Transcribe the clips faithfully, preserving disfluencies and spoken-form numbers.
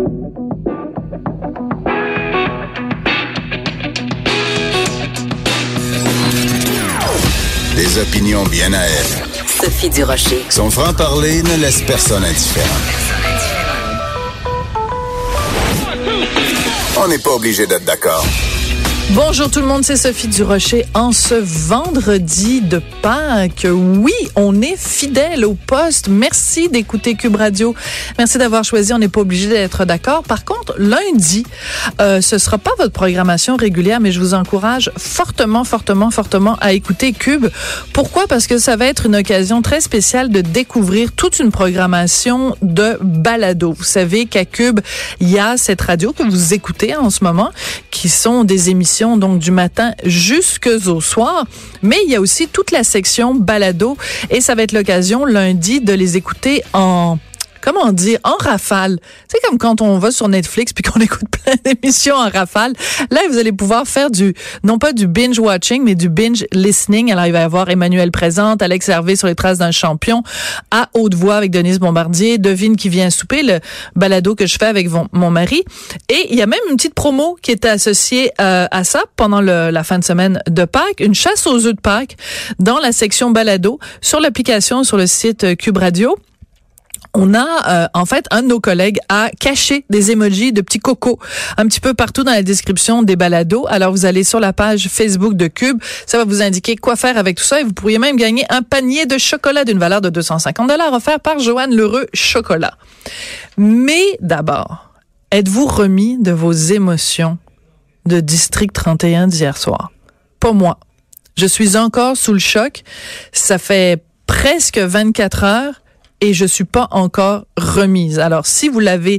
Des opinions bien à elle. Sophie Durocher. Son franc-parler ne laisse personne indifférent. On n'est pas obligé d'être d'accord. Bonjour tout le monde, c'est Sophie Durocher. En ce vendredi de Pâques, oui, on est fidèle au poste. Merci d'écouter Cube Radio. Merci d'avoir choisi. On n'est pas obligé d'être d'accord. Par contre, lundi, euh, ce sera pas votre programmation régulière, mais je vous encourage fortement, fortement, fortement à écouter Cube. Pourquoi? Parce que ça va être une occasion très spéciale de découvrir toute une programmation de balado. Vous savez qu'à Cube, il y a cette radio que vous écoutez en ce moment, qui sont des émissions donc du matin jusqu'au soir, mais il y a aussi toute la section balado et ça va être l'occasion lundi de les écouter en comment dire, en rafale. C'est comme quand on va sur Netflix puis qu'on écoute plein d'émissions en rafale. Là, vous allez pouvoir faire du, non pas du binge watching, mais du binge listening. Alors, il va y avoir Emmanuel Présente, Alex Hervé sur les traces d'un champion, à haute voix avec Denise Bombardier, Devine qui vient souper, le balado que je fais avec mon, mon mari. Et il y a même une petite promo qui est associée euh, à ça pendant le, la fin de semaine de Pâques, une chasse aux œufs de Pâques dans la section balado sur l'application, sur le site Cube Radio. On a, euh, en fait, un de nos collègues a caché des emojis de petits cocos un petit peu partout dans la description des balados. Alors, vous allez sur la page Facebook de Cube. Ça va vous indiquer quoi faire avec tout ça et vous pourriez même gagner un panier de chocolat d'une valeur de deux cent cinquante dollars offert par Joanne Lheureux Chocolat. Mais d'abord, êtes-vous remis de vos émotions de District trente et un d'hier soir? Pas moi. Je suis encore sous le choc. Ça fait presque vingt-quatre heures. Et je suis pas encore remise. Alors, si vous l'avez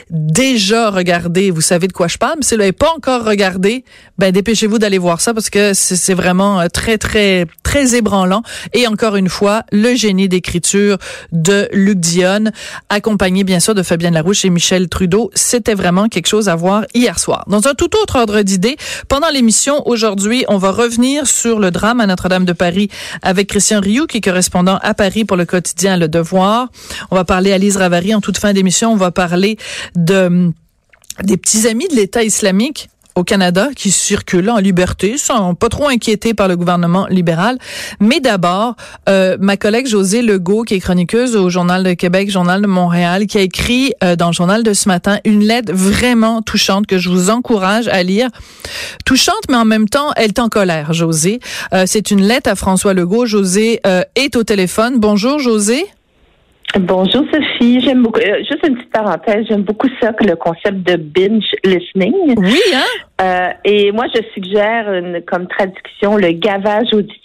déjà regardé, vous savez de quoi je parle. Mais si vous l'avez pas encore regardé, ben dépêchez-vous d'aller voir ça parce que c'est, c'est vraiment très, très, très ébranlant. Et encore une fois, le génie d'écriture de Luc Dionne, accompagné bien sûr de Fabienne Larouche et Michel Trudeau. C'était vraiment quelque chose à voir hier soir. Dans un tout autre ordre d'idée, pendant l'émission aujourd'hui, on va revenir sur le drame à Notre-Dame de Paris avec Christian Rioux, qui est correspondant à Paris pour le quotidien Le Devoir. On va parler à Lise Ravary en toute fin d'émission. On va parler de des petits amis de l'État islamique au Canada qui circulent en liberté, sont pas trop inquiétés par le gouvernement libéral. Mais d'abord, euh, ma collègue Josée Legault, qui est chroniqueuse au Journal de Québec, Journal de Montréal, qui a écrit euh, dans le Journal de ce matin une lettre vraiment touchante que je vous encourage à lire. Touchante, mais en même temps, elle est en colère, Josée. Euh, c'est une lettre à François Legault. Josée euh, est au téléphone. Bonjour, Josée. Bonjour Sophie, j'aime beaucoup, euh, juste une petite parenthèse, j'aime beaucoup ça, que le concept de binge listening. Oui, hein? Euh, et moi, je suggère une, comme traduction le gavage auditif.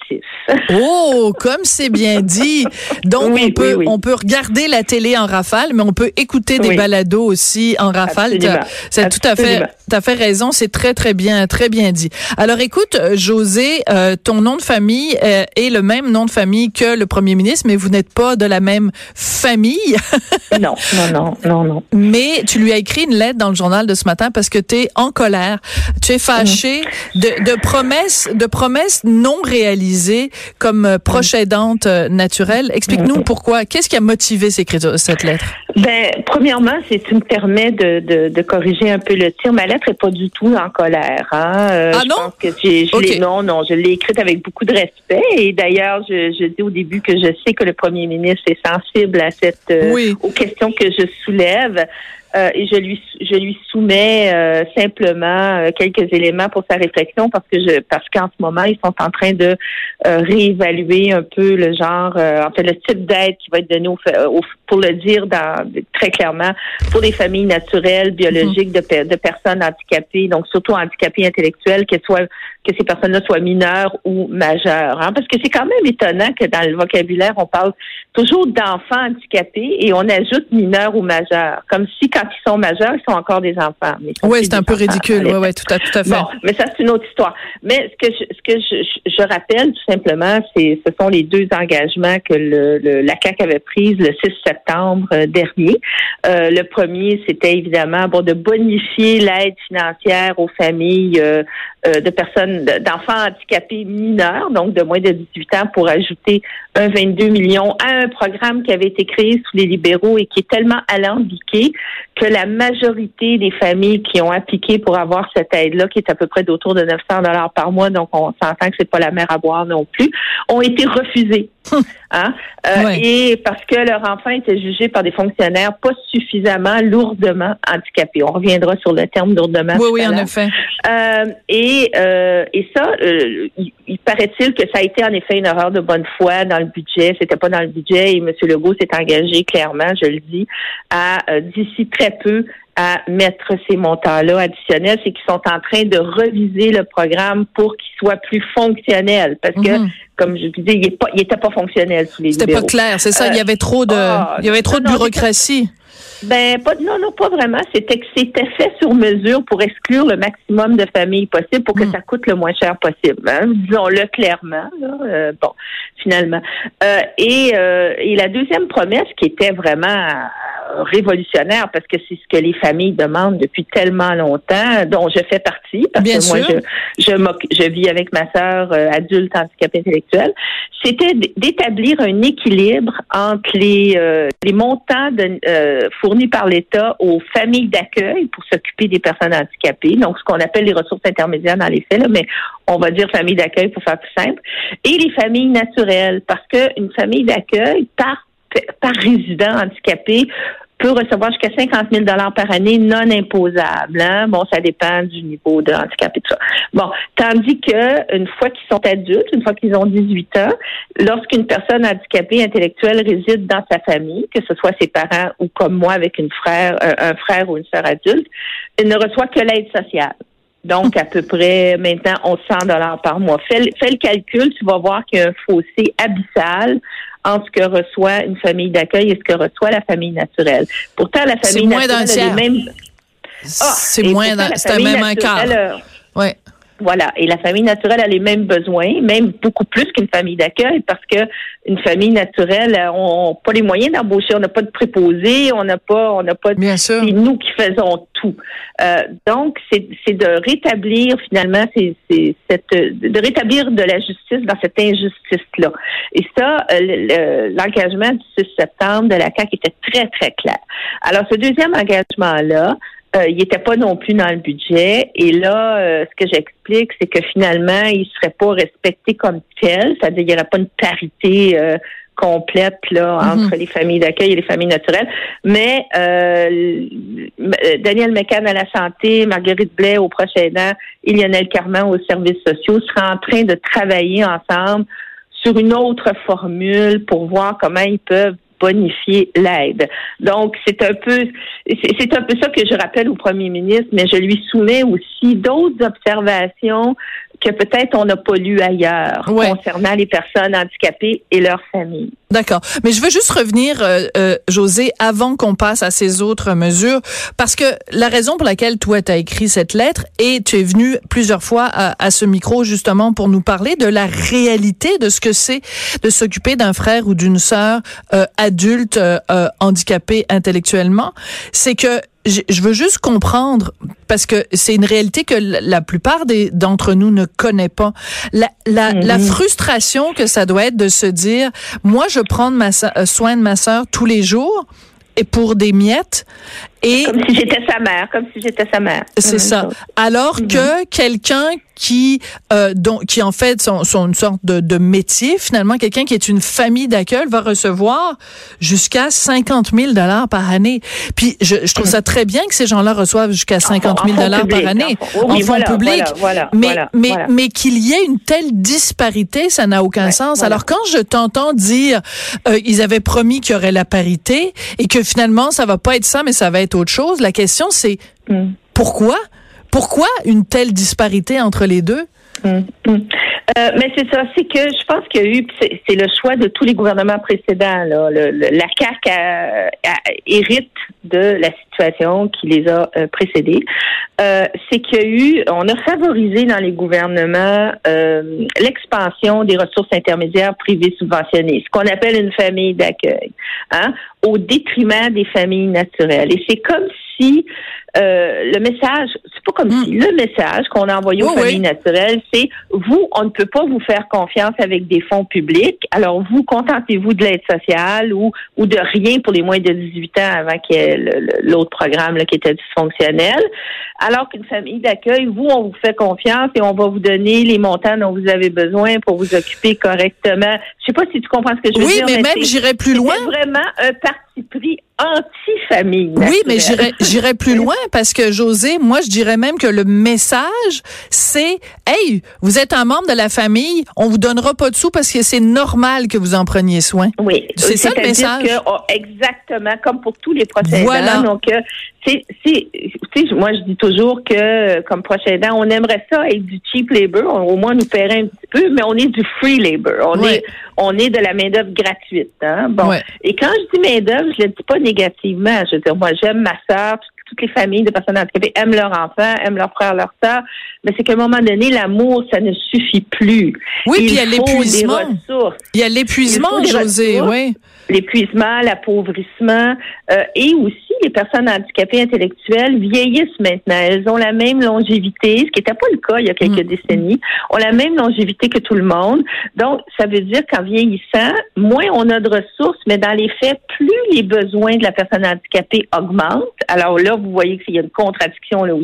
Oh, comme c'est bien dit. Donc, oui, on peut, oui, oui. on peut regarder la télé en rafale, mais on peut écouter des oui. balados aussi en rafale. C'est tout à fait, tout à fait raison. C'est très, très bien, très bien dit. Alors, écoute, Josée, euh, ton nom de famille euh, est le même nom de famille que le premier ministre, mais vous n'êtes pas de la même famille. non, non, non, non, non. Mais tu lui as écrit une lettre dans le journal de ce matin parce que tu es en colère. Tu es fâchée mmh. de, de promesses, de promesses non réalisées comme proche aidante naturelle. Explique-nous mmh. pourquoi. Qu'est-ce qui a motivé cette lettre? Ben, premièrement, c'est tu me permets de, de, de corriger un peu le tir. Ma lettre est pas du tout en colère. Hein. Euh, ah je non? Pense que j'ai, je okay. l'ai, non, non, je l'ai écrite avec beaucoup de respect. Et d'ailleurs, je, je dis au début que je sais que le premier ministre est sensible à cette, euh, oui. aux questions que je soulève. Euh, et je lui je lui soumets euh, simplement euh, quelques éléments pour sa réflexion parce que je parce qu'en ce moment ils sont en train de euh, réévaluer un peu le genre euh, en fait le type d'aide qui va être donné au, au, pour le dire dans très clairement pour les familles naturelles biologiques mm-hmm. de de personnes handicapées, donc surtout handicapées intellectuelles, qu'elles soient que ces personnes-là soient mineures ou majeures, hein, parce que c'est quand même étonnant que dans le vocabulaire on parle toujours d'enfants handicapés et on ajoute mineurs ou majeurs, comme si quand ils sont majeurs, ils sont encore des enfants. Oui, c'est un peu enfants, ridicule. Oui, oui, tout à, tout à fait. Bon, mais ça, c'est une autre histoire. Mais ce que je, ce que je, je rappelle, tout simplement, c'est ce sont les deux engagements que le, le, la C A Q avait pris le six septembre dernier. Euh, le premier, c'était évidemment bon de bonifier l'aide financière aux familles euh, euh, de personnes, d'enfants handicapés mineurs, donc de moins de dix-huit ans, pour ajouter un vingt-deux millions à un programme qui avait été créé sous les libéraux et qui est tellement alambiqué que la majorité des familles qui ont appliqué pour avoir cette aide-là, qui est à peu près d'autour de neuf cents dollars par mois, donc on s'entend que c'est pas la mer à boire non plus, ont été refusées. Hein? Euh, ouais. Et parce que leur enfant était jugé par des fonctionnaires pas suffisamment lourdement handicapés. On reviendra sur le terme lourdement. Oui, oui, en effet. Euh, et, euh, et ça, euh, il, il paraît-il que ça a été en effet une erreur de bonne foi dans le budget. C'était pas dans le budget et M. Legault s'est engagé clairement, je le dis, à euh, d'ici très peu à mettre ces montants-là additionnels. C'est qu'ils sont en train de reviser le programme pour qu'il soit plus fonctionnel. Parce que, mm-hmm. comme je disais, il n'était pas, pas fonctionnel sous les C'était libéraux. C'était pas clair, c'est ça. Euh, il y avait trop de, oh, il y avait trop non, de bureaucratie. Ben pas non non pas vraiment. C'était que c'était fait sur mesure pour exclure le maximum de familles possible pour que mm. ça coûte le moins cher possible. Hein? Disons-le clairement. Là. Euh, bon, finalement. Euh, et euh, et la deuxième promesse qui était vraiment euh, révolutionnaire parce que c'est ce que les familles demandent depuis tellement longtemps, dont je fais partie parce Bien que sûr. moi je je, je vis avec ma sœur euh, adulte handicapée intellectuelle. C'était d'établir un équilibre entre les euh, les montants de euh, fournis par l'État aux familles d'accueil pour s'occuper des personnes handicapées, donc ce qu'on appelle les ressources intermédiaires dans les faits, là, mais on va dire famille d'accueil pour faire plus simple, et les familles naturelles, parce qu'une famille d'accueil par, par résident handicapé peut recevoir jusqu'à cinquante mille dollars par année non imposables. Hein? Bon, ça dépend du niveau de handicap et tout ça. Bon, tandis que une fois qu'ils sont adultes, une fois qu'ils ont dix-huit ans, lorsqu'une personne handicapée intellectuelle réside dans sa famille, que ce soit ses parents ou comme moi avec une frère, un, un frère ou une sœur adulte, il ne reçoit que l'aide sociale. Donc, à peu près, maintenant, onze cents dollars par mois. Fais, fais le calcul, tu vas voir qu'il y a un fossé abyssal entre ce que reçoit une famille d'accueil et ce que reçoit la famille naturelle. Pourtant, la famille naturelle a les mêmes... Ah, c'est moins d'un... C'est un même un quart. Oui. Voilà. Et la famille naturelle a les mêmes besoins, même beaucoup plus qu'une famille d'accueil, parce que une famille naturelle, on n'a pas les moyens d'embaucher, on n'a pas de préposés, on n'a pas, on n'a pas. Bien sûr. C'est nous qui faisons tout. Euh, donc, c'est, c'est de rétablir finalement, c'est, c'est cette, de rétablir de la justice dans cette injustice-là. Et ça, le, l'engagement du six septembre de la C A Q était très très clair. Alors, ce deuxième engagement-là. Euh, il n'était pas non plus dans le budget. Et là, euh, ce que j'explique, c'est que finalement, il ne serait pas respecté comme tel. C'est-à-dire qu'il n'y aurait pas une parité euh, complète là entre mm-hmm. les familles d'accueil et les familles naturelles. Mais euh, Daniel Mécan à la santé, Marguerite Blais au proche aidant et Lionel Carman aux services sociaux seraient en train de travailler ensemble sur une autre formule pour voir comment ils peuvent bonifier l'aide. Donc, c'est un peu, c'est, c'est un peu ça que je rappelle au premier ministre, mais je lui soumets aussi d'autres observations que peut-être on n'a pas lues ailleurs ouais. concernant les personnes handicapées et leurs familles. D'accord. Mais je veux juste revenir, euh, euh, Josée, avant qu'on passe à ces autres mesures, parce que la raison pour laquelle toi, tu as écrit cette lettre, et tu es venu plusieurs fois à, à ce micro, justement, pour nous parler de la réalité de ce que c'est de s'occuper d'un frère ou d'une sœur euh, adulte euh, euh, handicapé intellectuellement, c'est que je veux juste comprendre, parce que c'est une réalité que la plupart des, d'entre nous ne connaît pas. La, la, mm-hmm. la frustration que ça doit être de se dire, moi, je prends de ma, soin de ma sœur tous les jours, et pour des miettes. Et comme si j'étais sa mère, comme si j'étais sa mère. C'est ça. Chose. Alors mm-hmm. que quelqu'un qui, euh, dont, qui en fait sont, sont une sorte de, de métier, finalement, quelqu'un qui est une famille d'accueil va recevoir jusqu'à cinquante mille dollars par année. Puis je, je trouve mm-hmm. ça très bien que ces gens-là reçoivent jusqu'à cinquante mille dollars par année en, oui, en fonds voilà, publics. Voilà, voilà, mais voilà, mais voilà. mais qu'il y ait une telle disparité, ça n'a aucun ouais, sens. Voilà. Alors quand je t'entends dire, euh, ils avaient promis qu'il y aurait la parité et que finalement ça va pas être ça, mais ça va être autre chose. La question c'est mm. pourquoi? Pourquoi une telle disparité entre les deux? Mmh, mmh. Euh, mais c'est ça, c'est que je pense qu'il y a eu, c'est, c'est le choix de tous les gouvernements précédents. Là. Le, le, la C A Q a, a, hérite de la situation qui les a euh, précédés. Euh, c'est qu'il y a eu, on a favorisé dans les gouvernements euh, l'expansion des ressources intermédiaires privées subventionnées, ce qu'on appelle une famille d'accueil, hein, au détriment des familles naturelles. Et c'est comme si Euh, le message, c'est pas comme mmh. si le message qu'on a envoyé aux oui, familles oui. naturelles, c'est vous, on ne peut pas vous faire confiance avec des fonds publics. Alors vous, contentez-vous de l'aide sociale ou ou de rien pour les moins de dix-huit ans avant qu'il y ait le, le, l'autre programme là, qui était dysfonctionnel. Alors qu'une famille d'accueil, vous, on vous fait confiance et on va vous donner les montants dont vous avez besoin pour vous occuper correctement. Je sais pas si tu comprends ce que je veux oui, dire. Oui, mais, mais même j'irais plus loin. C'est vraiment un parti pris anti-famille naturelle. Oui, mais j'irais, j'irais plus loin parce que, Josée, moi, je dirais même que le message, c'est « Hey, vous êtes un membre de la famille, on vous donnera pas de sous parce que c'est normal que vous en preniez soin. » Oui. C'est ça le message. Que, oh, exactement, comme pour tous les proches aidants. Voilà. Donc, euh, c'est, c'est, tu sais, moi, je dis toujours que, comme proche aidant, on aimerait ça être du cheap labor. On, au moins, on nous paierait un petit peu, mais on est du free labor. On ouais. est, on est de la main-d'œuvre gratuite, hein. Bon. Ouais. Et quand je dis main-d'œuvre, je le dis pas négativement. Je veux dire, moi, j'aime ma sœur, toutes les familles de personnes handicapées aiment leurs enfants, aiment leurs frères, leurs sœurs, mais c'est qu'à un moment donné, l'amour, ça ne suffit plus. Oui, puis il y a l'épuisement. Il y a l'épuisement, Josée, oui. L'épuisement, l'appauvrissement, euh, et aussi les personnes handicapées intellectuelles vieillissent maintenant. Elles ont la même longévité, ce qui n'était pas le cas il y a quelques mmh. décennies, ont la même longévité que tout le monde. Donc, ça veut dire qu'en vieillissant, moins on a de ressources, mais dans les faits, plus les besoins de la personne handicapée augmentent. Alors là, vous voyez qu'il y a une contradiction là aussi.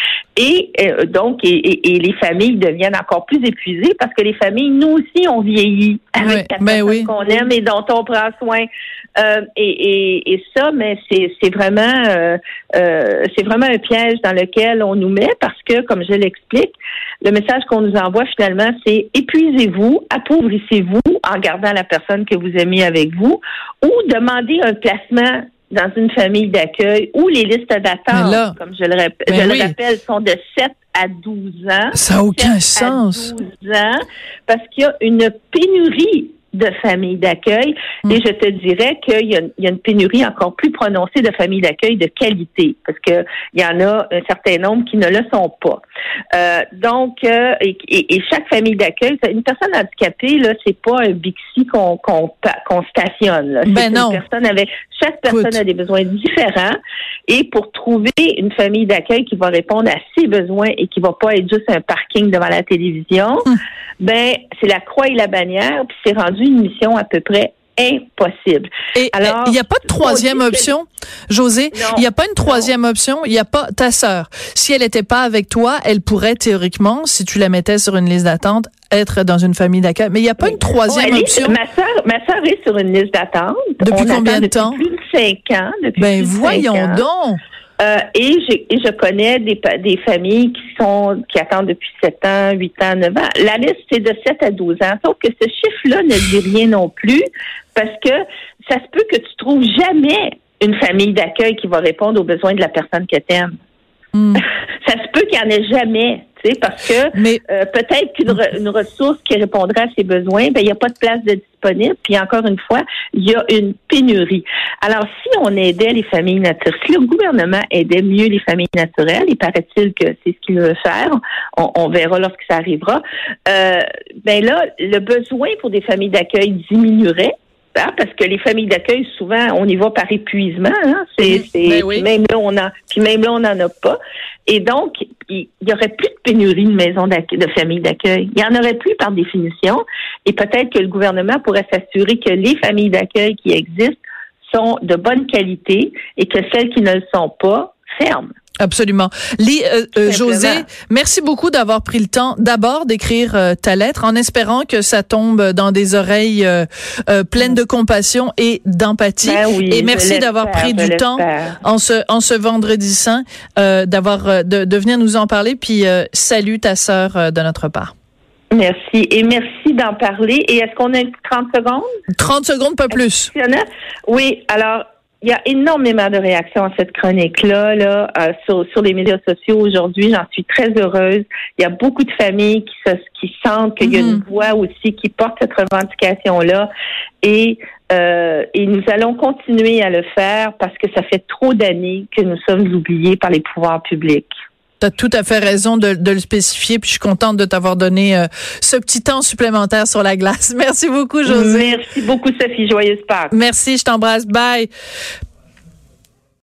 Et euh, donc, et, et, et les familles deviennent encore plus épuisées parce que les familles, nous aussi, on vieillit avec la ben personne oui. qu'on aime et dont on prend soin. Euh, et, et, et ça, mais c'est, c'est vraiment, euh, euh, c'est vraiment un piège dans lequel on nous met parce que, comme je l'explique, le message qu'on nous envoie finalement, c'est épuisez-vous, appauvrissez-vous en gardant la personne que vous aimez avec vous, ou demandez un placement dans une famille d'accueil où les listes d'attente, là, comme je le, rép- je oui. le rappelle, sont de sept à douze ans. Ça n'a aucun sens. douze ans, parce qu'il y a une pénurie de familles d'accueil. Mmh. Et je te dirais qu'il y a, il y a une pénurie encore plus prononcée de familles d'accueil de qualité, parce que il y en a un certain nombre qui ne le sont pas. Euh, donc, euh, et, et, et chaque famille d'accueil, une personne handicapée, là, c'est pas un Bixi qu'on, qu'on, qu'on stationne. Là. C'est ben non. Une personne avec, chaque personne Écoute. a des besoins différents. Et pour trouver une famille d'accueil qui va répondre à ses besoins et qui va pas être juste un parking devant la télévision, mmh. ben c'est la croix et la bannière, puis c'est rendu une mission à peu près impossible. Et il n'y a pas de troisième option, que... Josée? Il n'y a pas une troisième non. option? Il n'y a pas ta sœur. Si elle n'était pas avec toi, elle pourrait théoriquement, si tu la mettais sur une liste d'attente, être dans une famille d'accueil. Mais il n'y a pas oui. une troisième oh, option? Est, ma sœur, ma sœur est sur une liste d'attente. Depuis On combien de temps? Depuis plus de cinq ans. Depuis ben plus voyons de cinq ans. donc! Euh, et, j'ai, et je connais des, des familles qui sont qui attendent depuis sept ans, huit ans, neuf ans. La liste, c'est de sept à douze ans. Sauf que ce chiffre-là ne dit rien non plus parce que ça se peut que tu trouves jamais une famille d'accueil qui va répondre aux besoins de la personne que tu aimes. Mm. Ça se peut qu'il n'y en ait jamais. Tu sais, parce que Mais... euh, peut-être qu'une re, une ressource qui répondrait à ses besoins, ben il n'y a pas de place de disponible. Puis encore une fois, il y a une pénurie. Alors, si on aidait les familles naturelles, si le gouvernement aidait mieux les familles naturelles, il paraît-il que c'est ce qu'il veut faire, on, on verra lorsque ça arrivera, euh, ben là, le besoin pour des familles d'accueil diminuerait. Hein, parce que les familles d'accueil, souvent, on y va par épuisement. Hein, c'est, mmh, c'est ben oui. même là, on en, puis même là, on n'en a pas. Et donc, il y aurait plus de pénurie de maisons d'accueil, de familles d'accueil. Il y en aurait plus par définition. Et peut-être que le gouvernement pourrait s'assurer que les familles d'accueil qui existent sont de bonne qualité et que celles qui ne le sont pas ferment. Absolument. Lee, euh, euh, Josée, merci beaucoup d'avoir pris le temps d'abord d'écrire euh, ta lettre en espérant que ça tombe dans des oreilles euh, euh, pleines de compassion et d'empathie. Ben oui, et merci d'avoir pris du temps en ce en ce vendredi saint euh, d'avoir euh, de, de venir nous en parler. Puis euh, salut ta sœur euh, de notre part. Merci. Et merci d'en parler. Et est-ce qu'on a trente secondes? trente secondes, pas plus. Oui, alors il y a énormément de réactions à cette chronique-là, là, euh, sur, sur les médias sociaux aujourd'hui. J'en suis très heureuse. Il y a beaucoup de familles qui, se, qui sentent qu'il mm-hmm. y a une voix aussi qui porte cette revendication-là. Et, euh, et nous allons continuer à le faire parce que ça fait trop d'années que nous sommes oubliés par les pouvoirs publics. Tu as tout à fait raison de, de le spécifier, puis je suis contente de t'avoir donné euh, ce petit temps supplémentaire sur la glace. Merci beaucoup, Josée. Merci beaucoup, Sophie. Joyeuse Pâques. Merci, je t'embrasse. Bye.